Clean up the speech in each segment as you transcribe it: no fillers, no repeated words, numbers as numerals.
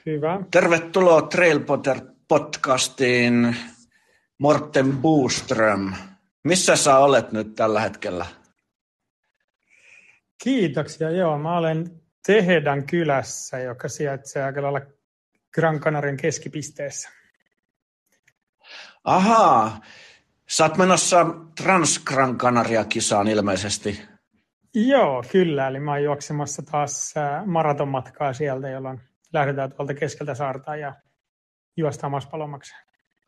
Hyvä. Tervetuloa Trailpotter-podcastiin, Morten Boström. Missä sä olet nyt tällä hetkellä? Kiitoksia. Joo, mä olen Tehedan kylässä, joka sijaitsee aika lailla Gran Canarian keskipisteessä. Ahaa, sä oot menossa Trans-Gran Canaria-kisaan ilmeisesti. Joo, kyllä. Eli mä oon juoksemassa taas maratonmatkaa sieltä, jolloin lähdetään tuolta keskeltä saarta ja juostaan Maspalomakseen.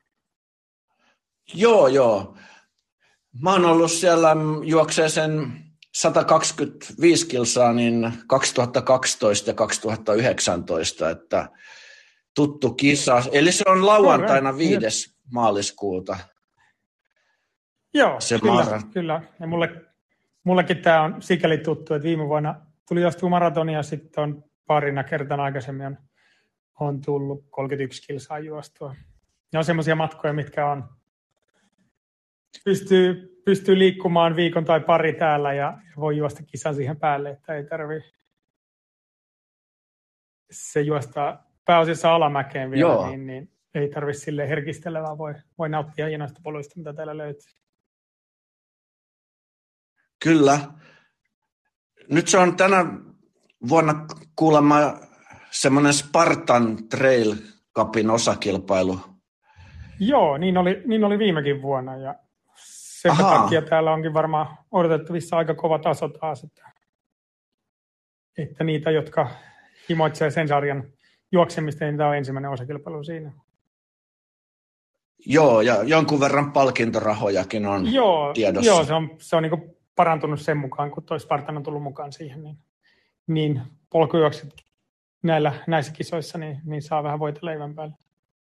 Joo. Mä oon ollut siellä juoksee sen 125 kilsaa niin 2012 ja 2019, että tuttu kisa. Eli se on lauantaina 5. maaliskuuta. Joo, kyllä. Ja mullekin tämä on sikäli tuttu, että viime vuonna tuli juostua maratonia, sitten on parina kertana aikaisemmin on tullut 31 kilsaa juostua. Ne on semmoisia matkoja, mitkä on pystyy liikkumaan viikon tai pari täällä ja voi juosta kisan siihen päälle, että ei tarvitse se juosta pääasiassa alamäkeen vielä, niin ei tarvitse silleen herkistellä, vaan voi nauttia hienoista poluista, mitä täällä löytyy. Kyllä. Nyt se on tänä vuonna kuulemma semmoinen Spartan Trail Cupin osakilpailu. Joo, niin oli viimekin vuonna ja sen takia täällä onkin varmaan odotettavissa aika kova taso taas, että niitä, jotka himoitsee sen sarjan juoksemista, niin tämä on ensimmäinen osakilpailu siinä. Joo, ja jonkun verran palkintorahojakin on tiedossa. Joo, se on niin kuin parantunut sen mukaan, kun toi Spartan on tullut mukaan siihen, niin polkujuokset näissä kisoissa niin saa vähän voita leivän päälle.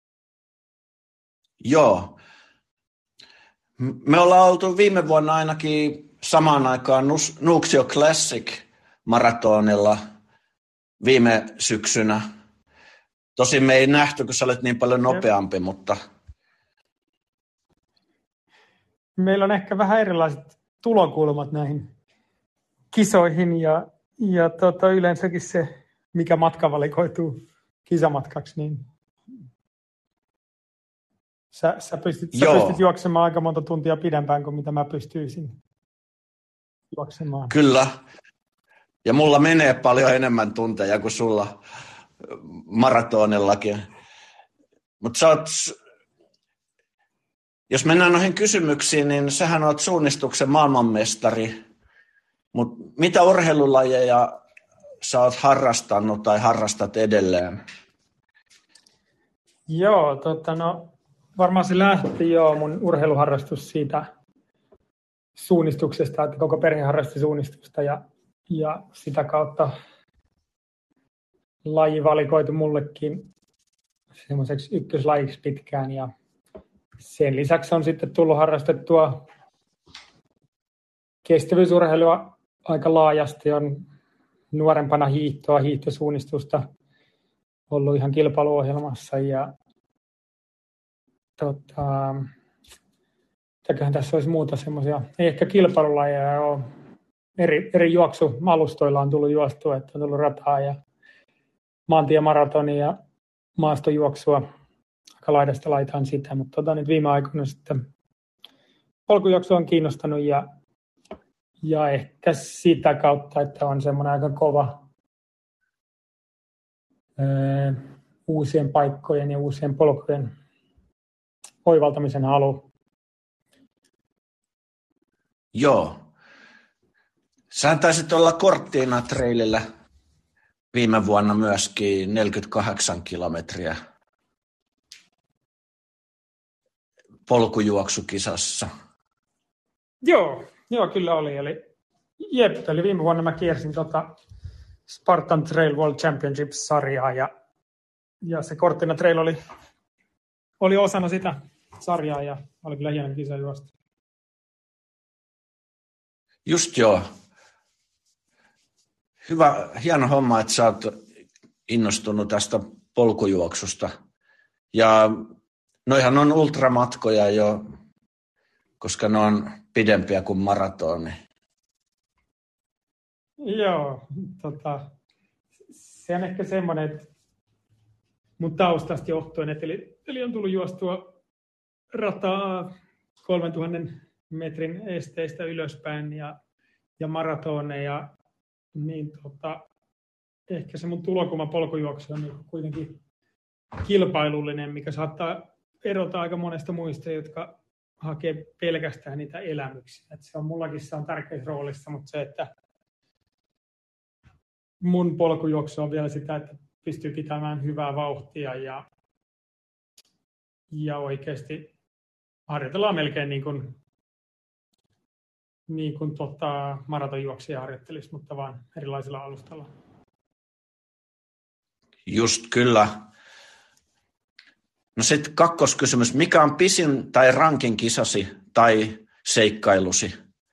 Joo. Me ollaan oltu viime vuonna ainakin samaan aikaan Nuuksio Classic maratonilla viime syksynä. Tosin me ei nähty, kun sä olet niin paljon nopeampi, mutta... Meillä on ehkä vähän erilaiset tulokulmat näihin kisoihin ja yleensäkin se, mikä matka valikoituu kisamatkaksi, niin sä pystyt juoksemaan aika monta tuntia pidempään kuin mitä mä pystyisin juoksemaan. Kyllä. Ja mulla menee paljon enemmän tunteja kuin sulla maratonillakin. Mutta jos mennään noihin kysymyksiin, niin sähän oot suunnistuksen maailmanmestari. Mutta mitä urheilulajeja sä oot harrastanut tai harrastat edelleen? Joo, varmaan se lähti mun urheiluharrastus siitä suunnistuksesta, että koko perhe harrasti suunnistusta ja sitä kautta laji valikoitu mullekin semmoiseksi ykköslajiksi pitkään ja sen lisäksi on sitten tullut harrastettua kestävyysurheilua aika laajasti, on nuorempana hiihtosuunnistusta ollut ihan kilpailuohjelmassa ja mitäköhän tässä olisi muuta semmoisia, ei ehkä kilpailulajeja ole. Eri juoksumalustoilla on tullut juostua, että on tullut rataa ja maantiemaratonia ja maastojuoksua aika laidasta laitaan sitä, mutta nyt viime aikoina sitten polkujuoksu on kiinnostanut ja ehkä sitä kautta, että on semmoinen aika kova uusien paikkojen ja uusien polkujen oivaltamisen halu. Joo. Sähän taisit olla Cortina Trailillä viime vuonna myöskin 48 kilometriä polkujuoksukisassa. Joo, kyllä oli. Eli viime vuonna mä kiersin Spartan Trail World Championships-sarjaa ja se Cortina Trail oli osana sitä sarjaa ja oli kyllä hieno kisa juosta. Just joo. Hyvä, hieno homma, että sä oot innostunut tästä polkujuoksusta. Ja noihan on ultramatkoja jo, koska ne on pidempiä kuin maratoni. Joo, se on ehkä semmoinen, että mun taustasta johtuen. Eli on tullut juostua rataa 3000 metrin esteistä ylöspäin ja maratoneja, niin ehkä se mun tulokuma polkujuoksu on niin kuitenkin kilpailullinen, mikä saattaa erota aika monesta muista, jotka hakee pelkästään niitä elämyksiä. Et se on mullakin se on tärkeässä roolissa, mutta se, että mun polkujuoksu on vielä sitä, että pystyy pitämään hyvää vauhtia ja oikeasti harjoitellaan melkein niin kuin maratonjuoksija harjoittelisi, mutta vaan erilaisilla alustalla. Just kyllä. No sitten kakkoskysymys. Mikä on pisin tai rankin kisasi tai seikkailusi?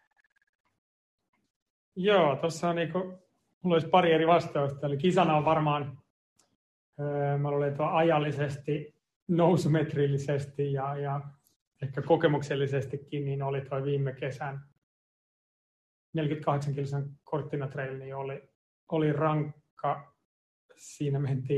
Joo, tuossa on mulla olisi pari eri vastausta. Eli kisana on varmaan, mä luulen, ajallisesti, nousumetrillisesti ja ehkä kokemuksellisestikin, niin oli tuo viime kesän 48 kilsan Cortina Trail, niin oli rankka. Siinä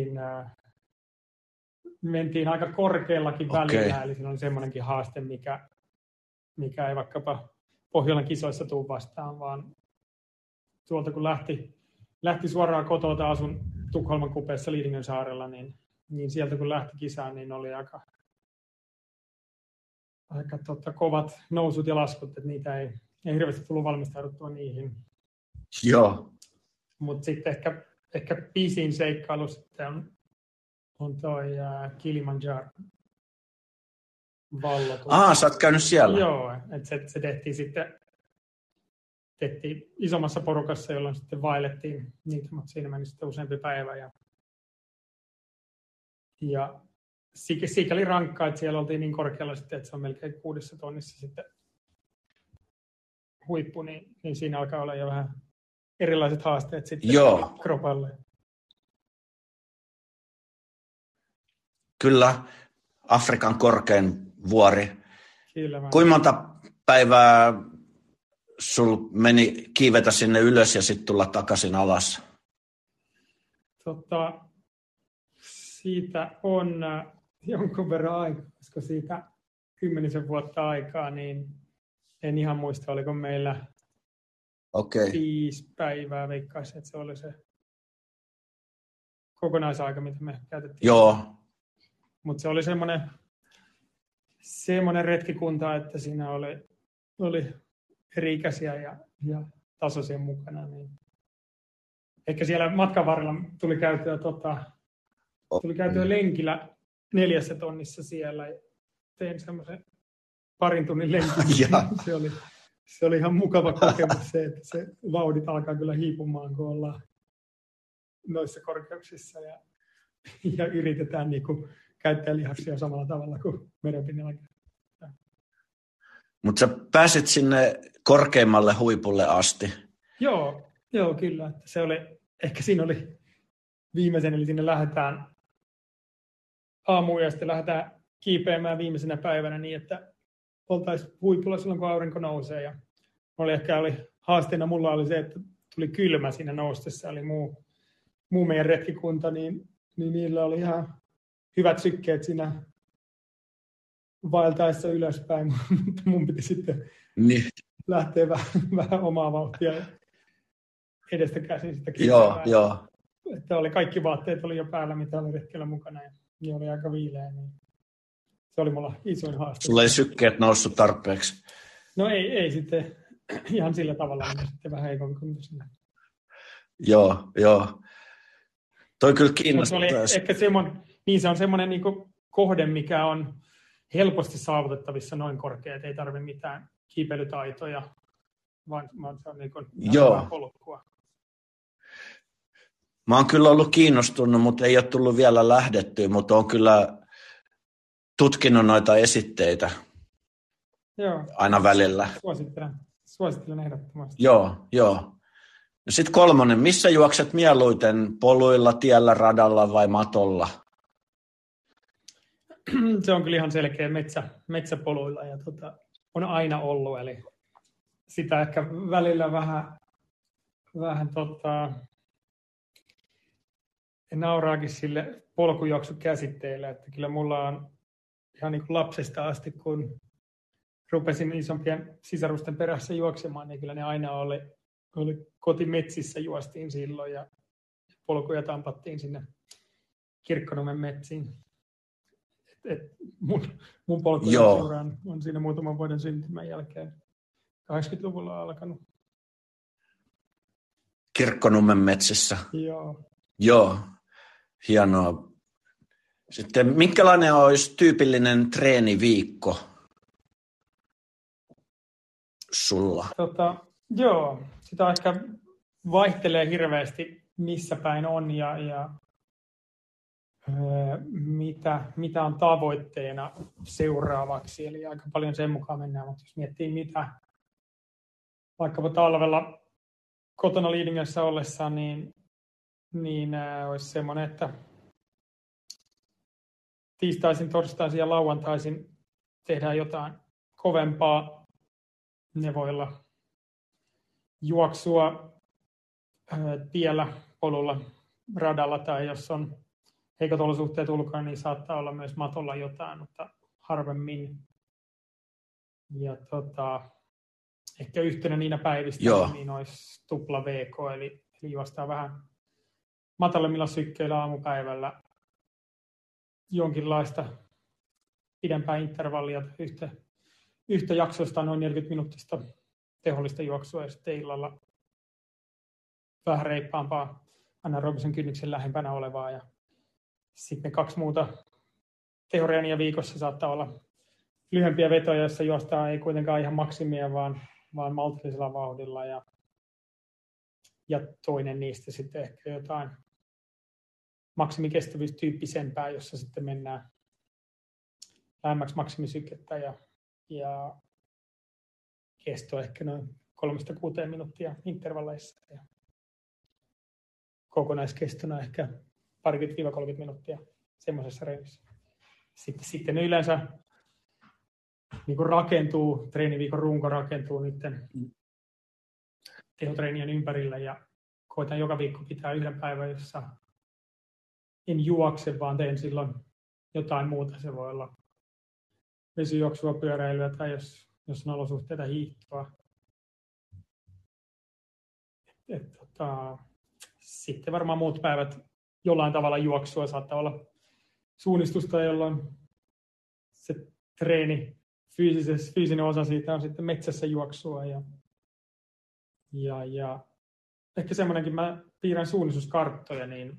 mentiin aika korkeallakin välillä, eli siinä oli semmoinenkin haaste, mikä ei vaikkapa Pohjolan kisoissa tule vastaan, vaan tuolta kun lähti suoraan kotoa, asun Tukholman kupeessa Lidingön saarella, niin sieltä kun lähti kisaan, niin oli aika kovat nousut ja laskut, että niitä ei hirveästi tullut valmistauduttua niihin. Joo. Mutta sitten ehkä pisin seikkailu sitten on toi Kilimanjaro valloitus. Sä oot käynyt siellä? Joo, että se tehtiin isommassa porukassa, jolloin sitten vaellettiin niitä, mutta siinä meni sitten useampi päivä. Ja sikäli rankkaa, että siellä oltiin niin korkealla sitten, että se on melkein 6 tonnissa sitten huippu, niin siinä alkaa olla jo vähän erilaiset haasteet sitten kropalle. Kyllä, Afrikan korkein vuori. Kyllä, kuinka monta päivää sul meni kiivetä sinne ylös ja sitten tulla takaisin alas? Siitä on jonkun verran aikaa, koska siitä 10 vuotta aikaa, niin en ihan muista, oliko meillä 5 päivää, veikkaisin, että se oli se kokonaisaika, mitä me käytettiin. Joo. Mutta se oli semmoinen retkikunta, että siinä oli eri-ikäisiä ja tasoisia mukana. Niin. Ehkä siellä matkan varrella tuli käytyä lenkillä 4 tonnissa siellä. Tein semmoisen 2 tunnin lenkin. Se oli ihan mukava kokemus se, että se vauhdit alkaa kyllä hiipumaan, kun ollaan noissa korkeuksissa ja yritetään niinku käyttää lihaksia samalla tavalla kuin merenpinnalla. Mutta sä pääsit sinne korkeimmalle huipulle asti. Joo, kyllä. Se oli, ehkä siinä oli viimeisen, eli sinne lähdetään aamuun ja sitten lähdetään kiipeämään viimeisenä päivänä niin, että oltaisiin huipulla silloin, kun aurinko nousee. Ja oli haasteena mulla oli se, että tuli kylmä siinä noustessa, eli muu meidän retkikunta, niin niillä oli ihan hyvät sykkeet siinä vaeltaessa ylöspäin, mutta mun piti sitten lähteä vähän omaa vauhtia edestä käsin sitä kiipeämään. Joo. Että kaikki vaatteet oli jo päällä, mitä oli retkellä mukana ja oli aika viileä. Niin se oli mulla isoin haaste. Sulla ei sykkeet noussut tarpeeksi? No ei sitten ihan sillä tavalla, niin sitten vähän heikommin kuin sinne. Joo. Toi kyllä kiinnostaa. Ehkä se on semmoinen niin kohde, mikä on helposti saavutettavissa noin korkea, ei tarvitse mitään kiipeilytaitoja, vaan se on niin hyvää polkua. Mä oon kyllä ollut kiinnostunut, mutta ei ole tullut vielä lähdettyä, mutta oon kyllä tutkinut noita esitteitä aina välillä. Suosittelen ehdottomasti. Joo. Sitten 3. Missä juokset mieluiten? Poluilla, tiellä, radalla vai matolla? Se on kyllä ihan selkeä metsäpoluilla ja on aina ollut. Eli sitä ehkä välillä vähän nauraakin sille polkujuoksukäsitteelle, että kyllä mulla on ihan niin kuin lapsesta asti, kun rupesin isompien sisarusten perässä juoksemaan, niin kyllä ne aina oli kotimetsissä juostiin silloin ja polkuja tampattiin sinne Kirkkonummen metsiin. Mun polkujuoksuura on siinä muutaman vuoden syntymän jälkeen 80-luvulla alkanut. Kirkkonummen metsissä. Joo, hienoa. Sitten minkälainen olisi tyypillinen treeniviikko sulla? Sitä ehkä vaihtelee hirveästi missä päin on ja mitä on tavoitteena seuraavaksi. Eli aika paljon sen mukaan mennään, mutta jos miettii mitä vaikkapa talvella kotona Liidingössä ollessa, niin olisi semmoinen, että tiistaisin, torstaisin ja lauantaisin tehdään jotain kovempaa. Ne voi olla juoksua tiellä, polulla, radalla tai jos on heikot olosuhteet ulkona, niin saattaa olla myös matolla jotain, mutta harvemmin. Ja ehkä yhtenä niinä päivistä niin olisi tupla VK, eli juostaan vähän matalemmilla sykkeillä aamupäivällä jonkinlaista pidempää intervallia, yhtä jaksosta noin 40 minuuttista tehollista juoksua ja sitten illalla vähän reippaampaa anaerobisen kynnyksen lähempänä olevaa. Ja sitten 2 muuta tehoreeniä viikossa saattaa olla lyhyempiä vetoja, joissa juostaan ei kuitenkaan ihan maksimia, vaan maltillisella vauhdilla. Ja toinen niistä sitten ehkä jotain maksimikestävyystyyppisempää, jossa sitten mennään lähemmäksi maksimisykettä ja kesto ehkä noin 3-6 minuuttia intervalleissa. Ja kokonaiskestona ehkä 20-30 minuuttia semmoisessa reenissä. Sitten ne yleensä niin kuin rakentuu, treeniviikon runko rakentuu niiden tehotreenien ympärillä ja koitan joka viikko pitää yhden päivän, jossa en juokse, vaan teen silloin jotain muuta. Se voi olla vesijuoksua, pyöräilyä tai jos on olosuhteita hiihtoa. Sitten varmaan muut päivät jollain tavalla juoksua saattaa olla suunnistusta, jolloin se treeni, fyysinen osa siitä on sitten metsässä juoksua. Ja ehkä semmoinenkin, mä piirrän suunnistuskarttoja, niin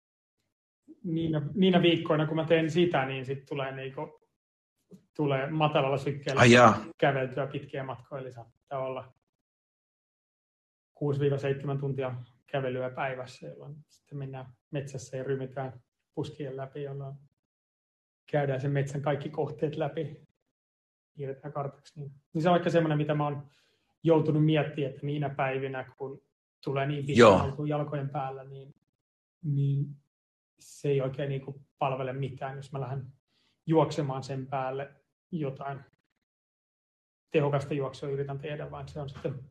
niinä viikkoina, kun mä teen sitä, niin sitten tulee matalalla sykkeellä käveltyä pitkiä matkoja, eli saattaa olla 6-7 tuntia kävelyä päivässä, jolloin sitten mennään metsässä ja ryhmitään puskien läpi, jolloin käydään sen metsän kaikki kohteet läpi, piirretään kartaksi. Niin se on ehkä semmoinen, mitä mä oon joutunut miettimään, että niinä päivinä, kun tulee niin pitkään jalkojen päällä, niin se ei oikein niin kuin palvele mitään, jos mä lähden juoksemaan sen päälle jotain tehokasta juoksua yritän tehdä, vaan se on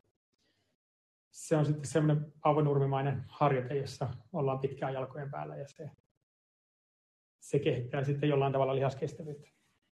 sitten semmoinen aavonurmimainen harjoite, jossa ollaan pitkään jalkojen päällä ja se kehittää sitten jollain tavalla lihaskestävyyttä.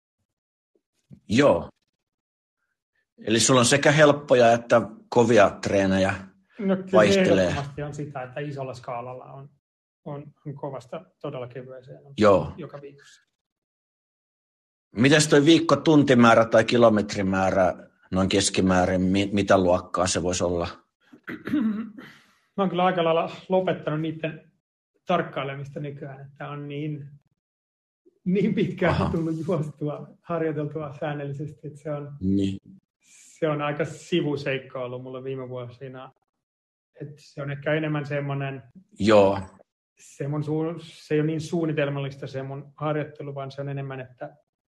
Joo. Eli sulla on sekä helppoja että kovia treenejä vaihtelee. Ehdottomasti on sitä, että isolla skaalalla on kovasta todella kevyeseen joka viikossa. Mites toi viikkotuntimäärä tai kilometrimäärä noin keskimäärin, mitä luokkaa se voisi olla? Mä oon kyllä aika lailla lopettanut niiden tarkkailemista nykyään, että on niin pitkään tullut juostua, harjoiteltua säännöllisesti, että se on aika sivuseikka ollut mulle viime vuosina. Että se on ehkä enemmän semmoinen, se ei ole niin suunnitelmallista se mun harjoittelu, vaan se on enemmän, että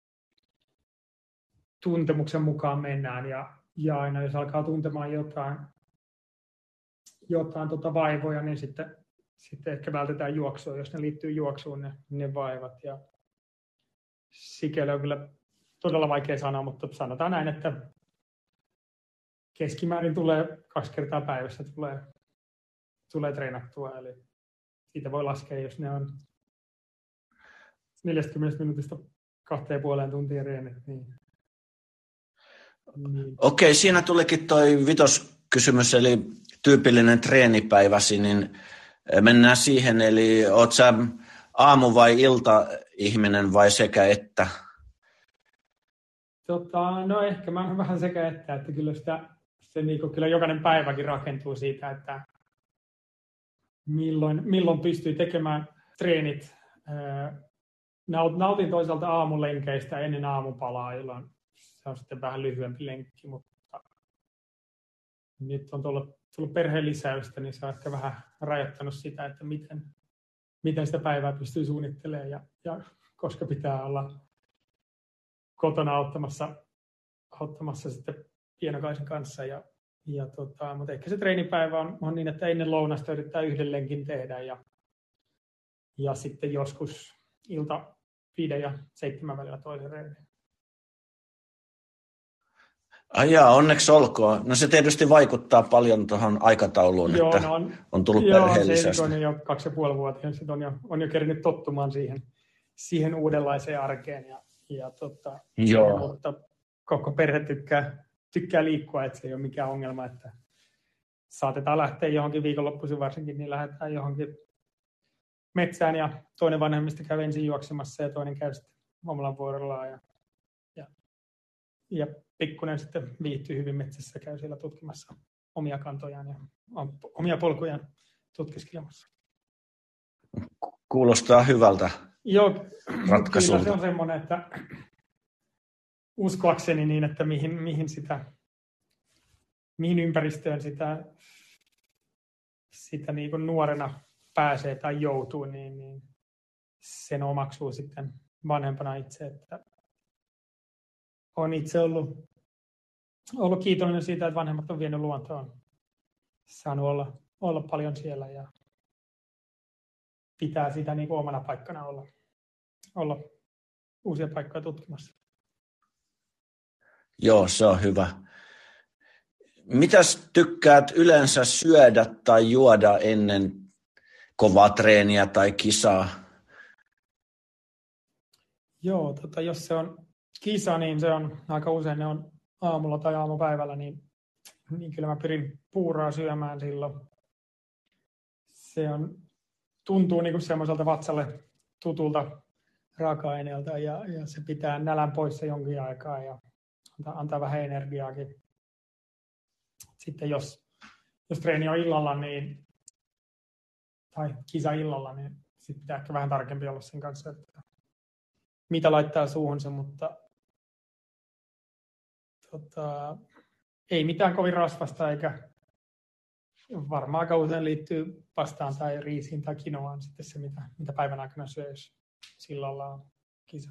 tuntemuksen mukaan mennään ja aina jos alkaa tuntemaan jotain vaivoja, niin sitten ehkä vältetään juoksua, jos ne liittyy juoksuun ne vaivat. Ja sikäli on kyllä todella vaikea sanoa, mutta sanotaan näin, että keskimäärin tulee 2 kertaa päivässä tulee treenattua. Eli siitä voi laskea, jos ne on 40 minuutista 2,5 tuntia reenit. Niin. Okei, siinä tulikin toi vitoskysymys, eli tyypillinen treenipäiväsi, niin mennään siihen, eli oot sä aamu- vai ilta-ihminen vai sekä että? No ehkä mä oon vähän sekä että kyllä kyllä jokainen päiväkin rakentuu siitä, että milloin pystyy tekemään treenit. Nautin toisaalta aamulenkeistä ennen aamupalaa, jolloin se on sitten vähän lyhyempi lenkki, mutta nyt on tullut perheen lisäystä, niin se on ehkä vähän rajoittanut sitä, että miten sitä päivää pystyy suunnittelemaan ja koska pitää olla kotona auttamassa sitten pienokaisen kanssa. Mutta ehkä se treenipäivä on niin, että ennen lounasta yrittää yhden lenkin tehdä ja sitten joskus ilta 5 ja 7 välillä toisen reenin. Onneksi olkoon. No se tietysti vaikuttaa paljon tuohon aikatauluun, joo, että on tullut perheellisestä. Joo, se on jo 2,5-vuotias, on jo kerinyt tottumaan siihen uudenlaiseen arkeen. Mutta koko perhe tykkää liikkua, että se ei ole mikään ongelma, että saatetaan lähteä johonkin viikonloppuisin varsinkin, niin lähdetään johonkin metsään ja toinen vanhemmista käy ensin juoksemassa ja toinen käy sitten omalla vuorollaan ja pikkuinen sitten viihtyy hyvin metsässä ja käy siellä tutkimassa omia kantojaan ja omia polkujaan tutkiskelemassa. Kuulostaa hyvältä ratkaisulta. Kyllä se on semmoinen, että uskoakseni niin, että mihin ympäristöön sitä niin kuin nuorena pääsee tai joutuu, niin sen omaksuu sitten vanhempana itse, että olen itse ollut kiitollinen siitä, että vanhemmat on vienyt luontoon. Saanut olla paljon siellä ja pitää sitä niin kuin omana paikkana olla uusia paikkoja tutkimassa. Joo, se on hyvä. Mitäs tykkäät yleensä syödä tai juoda ennen kovaa treeniä tai kisaa? Joo, jos se on kisa, niin se on aika usein ne on aamulla tai aamupäivällä, niin kyllä mä pyrin puuraa syömään silloin. Tuntuu niin kuin semmoiselta vatsalle tutulta raaka-aineelta ja se pitää nälän poissa jonkin aikaa ja antaa vähän energiaakin. Sitten jos treeni on illalla tai kisa illalla, niin sitten pitää ehkä vähän tarkempi olla sen kanssa, että mitä laittaa suuhunsa, mutta ei mitään kovin rasvasta eikä varmaan aika usein liittyy pastaan tai riisiin tai kinoaan sitten se, mitä päivän aikana syö, jos sillalla on kisa.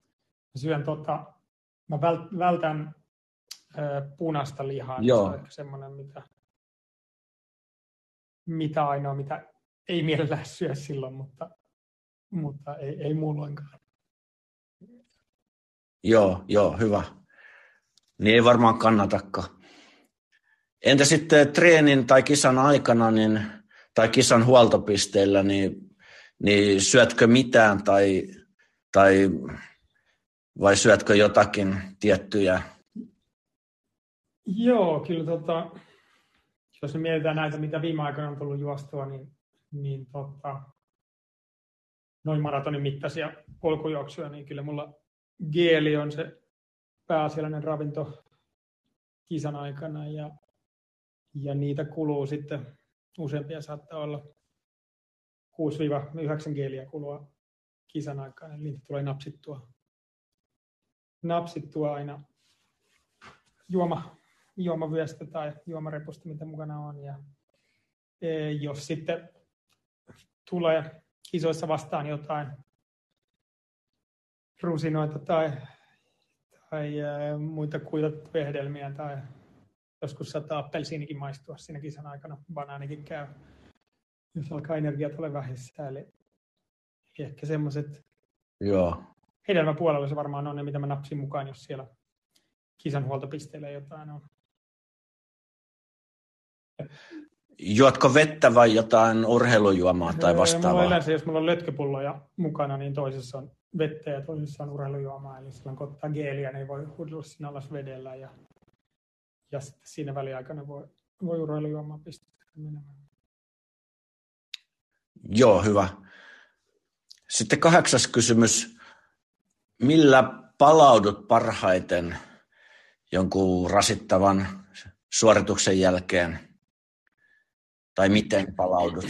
Mä vältän punaista lihaa, niin se on ehkä semmoinen, mitä ainoa, mitä ei mielellään syö silloin, mutta ei muulloinkaan. Joo, hyvä. Niin ei varmaan kannatakaan. Entä sitten treenin tai kisan aikana tai kisan huoltopisteellä, niin syötkö mitään tai vai syötkö jotakin tiettyjä? Joo, kyllä jos me mietitään näitä, mitä viime aikoina on tullut juostua, niin noin maratonin mittaisia polkujuoksuja, niin kyllä mulla geeli on se pääasiallinen ravinto kisan aikana ja niitä kuluu sitten useampia, saattaa olla 6-9 geeliä kulua kisan aikana, eli niitä tulee napsittua aina juomavyöstä tai juomarepusta, mitä mukana on. Ja jos sitten tulee kisoissa vastaan jotain rusinoita tai muita kuitattuja hedelmiä tai joskus saattaa appelsiinikin maistua siinä kisan aikana, banaanikin käy, jos alkaa energiat ole vähissä. Eli ehkä semmoiset hedelmäpuolella se varmaan on ne, mitä mä napsin mukaan, jos siellä kisan huoltopisteellä jotain on. Juotko vettä vai jotain urheilujuomaa tai vastaavaa? Mulla yleensä, jos mulla on lötköpulloja mukana, niin toisessa on vettä ja toisessa on urheilujuomaa. Eli silloin kun ottaa geeliä, niin voi hudella siinä alas vedellä ja sitten siinä väliaikana voi urheilujuomaa pistää menemään. Joo, hyvä. Sitten 8. kysymys. Millä palaudut parhaiten jonkun rasittavan suorituksen jälkeen? Tai miten palaudut?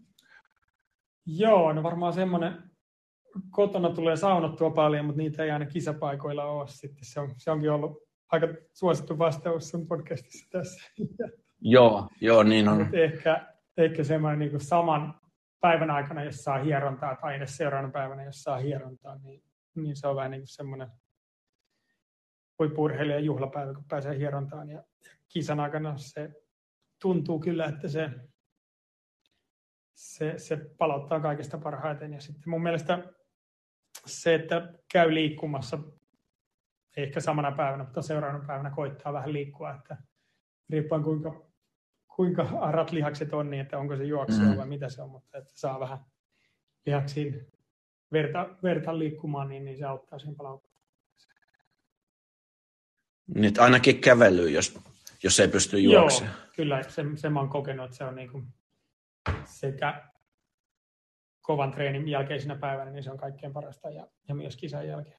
Joo, no varmaan semmoinen, kotona tulee saunottua paljon, mutta niitä ei aina kisapaikoilla ole sitten. Se onkin ollut aika suosittu vastaus sun podcastissa tässä. Joo, niin on. Ehkä semmoinen niin kuin saman päivän aikana, jos saa hierontaa, tai edes seuraavana päivänä, jos saa hierontaa, niin se on vähän niin kuin semmoinen huippu-urheilijan juhlapäivä, kun pääsee hierontaan. Ja kisan aikana se tuntuu kyllä, että se palauttaa kaikista parhaiten. Ja sitten mun mielestä se, että käy liikkumassa, ei ehkä samana päivänä, mutta seuraavana päivänä koittaa vähän liikkua, että riippuen kuinka arat lihakset on, niin että onko se juoksua vai mitä se on, mutta että saa vähän lihaksiin verta liikkumaan, niin se auttaa siihen palauttamaan. Nyt ainakin kävelyä, jos ei pysty juoksemaan. Joo, kyllä se mä oon kokenut, että se on niinku sekä kovan treenin jälkeisenä päivänä, niin se on kaikkein parasta ja myös kisan jälkeen.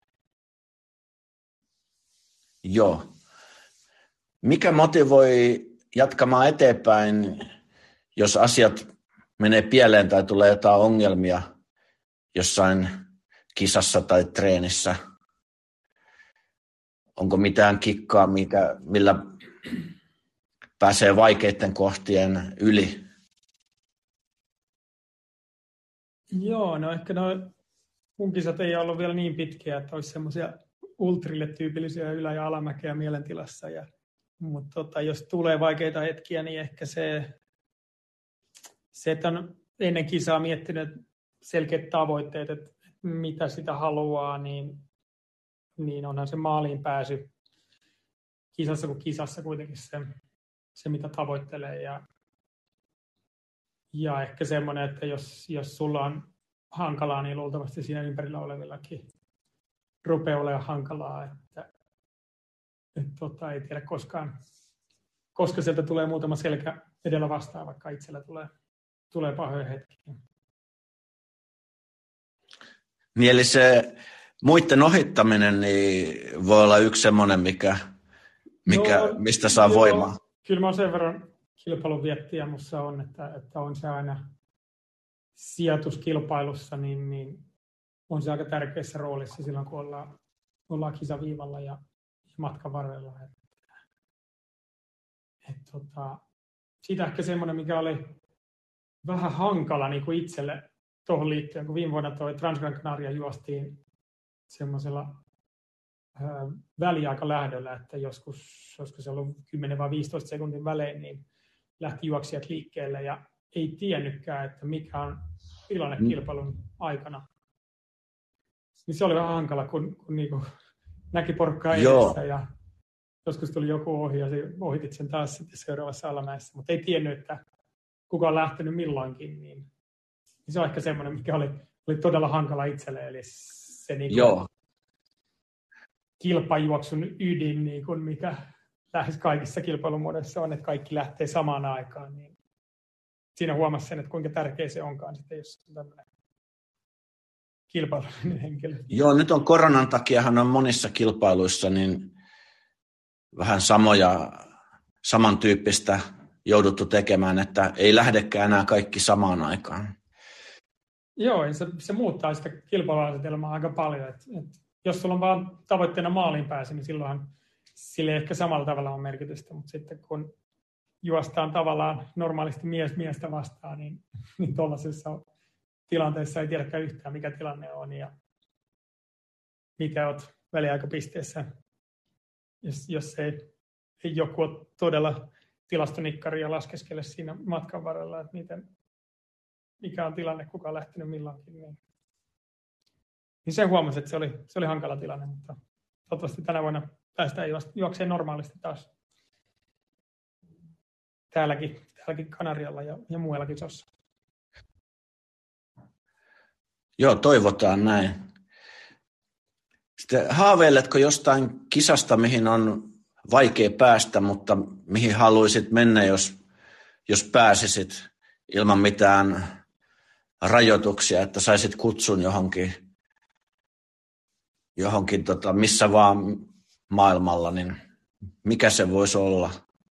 Joo. Mikä motivoi jatkamaan eteenpäin, jos asiat menee pieleen tai tulee jotain ongelmia jossain kisassa tai treenissä? Onko mitään kikkaa, millä pääsee vaikeiden kohtien yli? Joo, no ehkä mun kisat ei ollut vielä niin pitkiä, että olisi semmoisia ultrille tyypillisiä ylä- ja alamäkeä mielentilassa. Mutta jos tulee vaikeita hetkiä, niin ehkä se, että on ennen kisaa miettinyt selkeät tavoitteet, että mitä sitä haluaa, niin onhan se maaliin pääsy kisassa kuin kisassa kuitenkin se mitä tavoittelee. Ja ehkä semmoinen, että jos sulla on hankalaa, niin luultavasti siinä ympärillä olevillakin rupeaa olemaan hankalaa, että ei tiedä koskaan, koska sieltä tulee muutama selkä edellä vastaan, vaikka itsellä tulee pahoja hetkiä. Niin eli se muiden ohittaminen niin voi olla yksi semmoinen, mistä saa voimaa. Kyllä mä oon sen verran kilpailun viettiä musta on, että on se aina sijoituskilpailussa, niin on se aika tärkeässä roolissa silloin, kun ollaan kisaviivalla ja matkan varrella. Siitä ehkä semmoinen, mikä oli vähän hankala niin kuin itselle tuohon liittyen, kun viime vuonna tuo Transgran Canaria juostiin semmoisella väliaikalähdöllä, että joskus, olisiko se ollut 10 vai 15 sekuntin välein, niin lähti juoksijat liikkeelle ja ei tiennytkään, että mikä on tilanne kilpailun aikana. Niin se oli vähän hankala, kun niinku näki porukkaa edessä ja joskus tuli joku ohi ja ohitit sen taas sitten seuraavassa alamäessä, mutta ei tiennyt, että kuka on lähtenyt milloinkin. Niin se on ehkä semmoinen, mikä oli todella hankala itselle, eli se niinku kilpajuoksun ydin, niin kuin mikä lähes kaikissa kilpailumuodoissa on, että kaikki lähtee samaan aikaan. Niin siinä huomasi sen, että kuinka tärkeä se onkaan sitten, jos on tämmöinen kilpailullinen henkilö. Joo, nyt on koronan takiahan on monissa kilpailuissa niin vähän samantyyppistä jouduttu tekemään, että ei lähdekään enää kaikki samaan aikaan. Joo, se muuttaa sitä kilpailuasetelmaa aika paljon. Et jos sulla on vaan tavoitteena maaliin pääse, niin silloinhan sille ei ehkä samalla tavalla on merkitystä, mutta sitten kun juostaan tavallaan normaalisti miestä vastaan, niin tuollaisessa tilanteessa ei tiedäkään yhtään, mikä tilanne on ja mikä olet väliaikapisteessä. Jos ei joku ole todella tilastonikkari ja laskeskele siinä matkan varrella, että mikä on tilanne, kuka on lähtenyt milloinkin. Niin sen huomasi, että se oli hankala tilanne, mutta toivottavasti tänä vuonna päästään juokseen normaalisti taas. Täälläkin täälläkin Kanarialla ja muualla kisossa. Joo, toivotaan näin. Sitten haaveiletko jostain kisasta, mihin on vaikea päästä, mutta mihin haluaisit mennä, jos pääsisit ilman mitään rajoituksia, että saisit kutsun johonkin missä vaan maailmalla, niin mikä se voisi olla?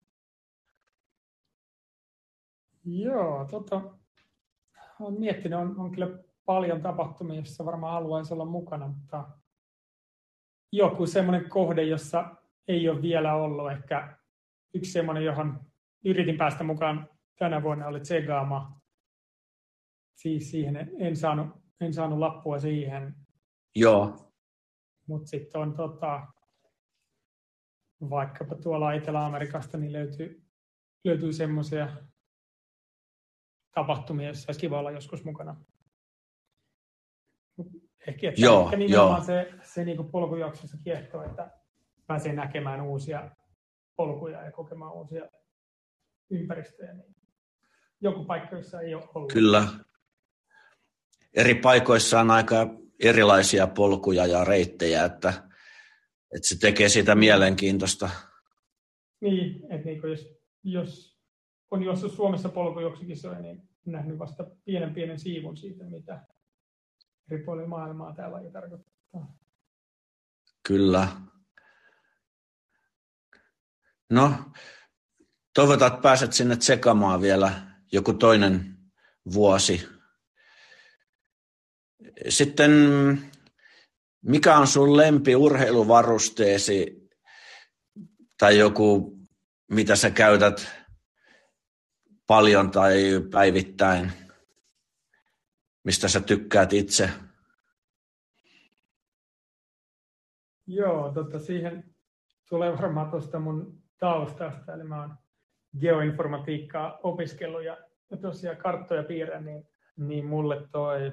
Joo, olen miettinyt, on kyllä paljon tapahtumia, joissa varmaan haluaisi olla mukana, mutta joku semmoinen kohde, jossa ei ole vielä ollut. Ehkä yksi semmoinen, johon yritin päästä mukaan tänä vuonna, oli Tsegaama. Siis siihen en saanut lappua siihen. Joo. Mutta sitten on vaikkapa tuolla Etelä-Amerikasta niin löytyy semmoisia tapahtumia, joissa olisi kiva olla joskus mukana. Ehkä nimenomaan se niin polkujuoksussa kiehtoo, että pääsee näkemään uusia polkuja ja kokemaan uusia ympäristöjä. Niin joku paikka, jossa ei ole ollut. Kyllä. Eri paikoissa on aika erilaisia polkuja ja reittejä, että se tekee siitä mielenkiintoista. Niin, että jos on juossut Suomessa polkujuoksukisoja, niin nähnyt vasta pienen siivun siitä, mitä eri puolilla maailmaa tämä laji tarkoittaa. Kyllä. No, toivotaan, että pääset sinne tsekamaan vielä joku toinen vuosi. Sitten, mikä on sun lempiurheiluvarusteesi tai joku, mitä sä käytät paljon tai päivittäin, mistä sä tykkäät itse? Joo, siihen tulee varmaan tuosta mun taustasta, eli mä oon geoinformatiikkaa opiskellut ja tosiaan karttoja piirrän, niin mulle toi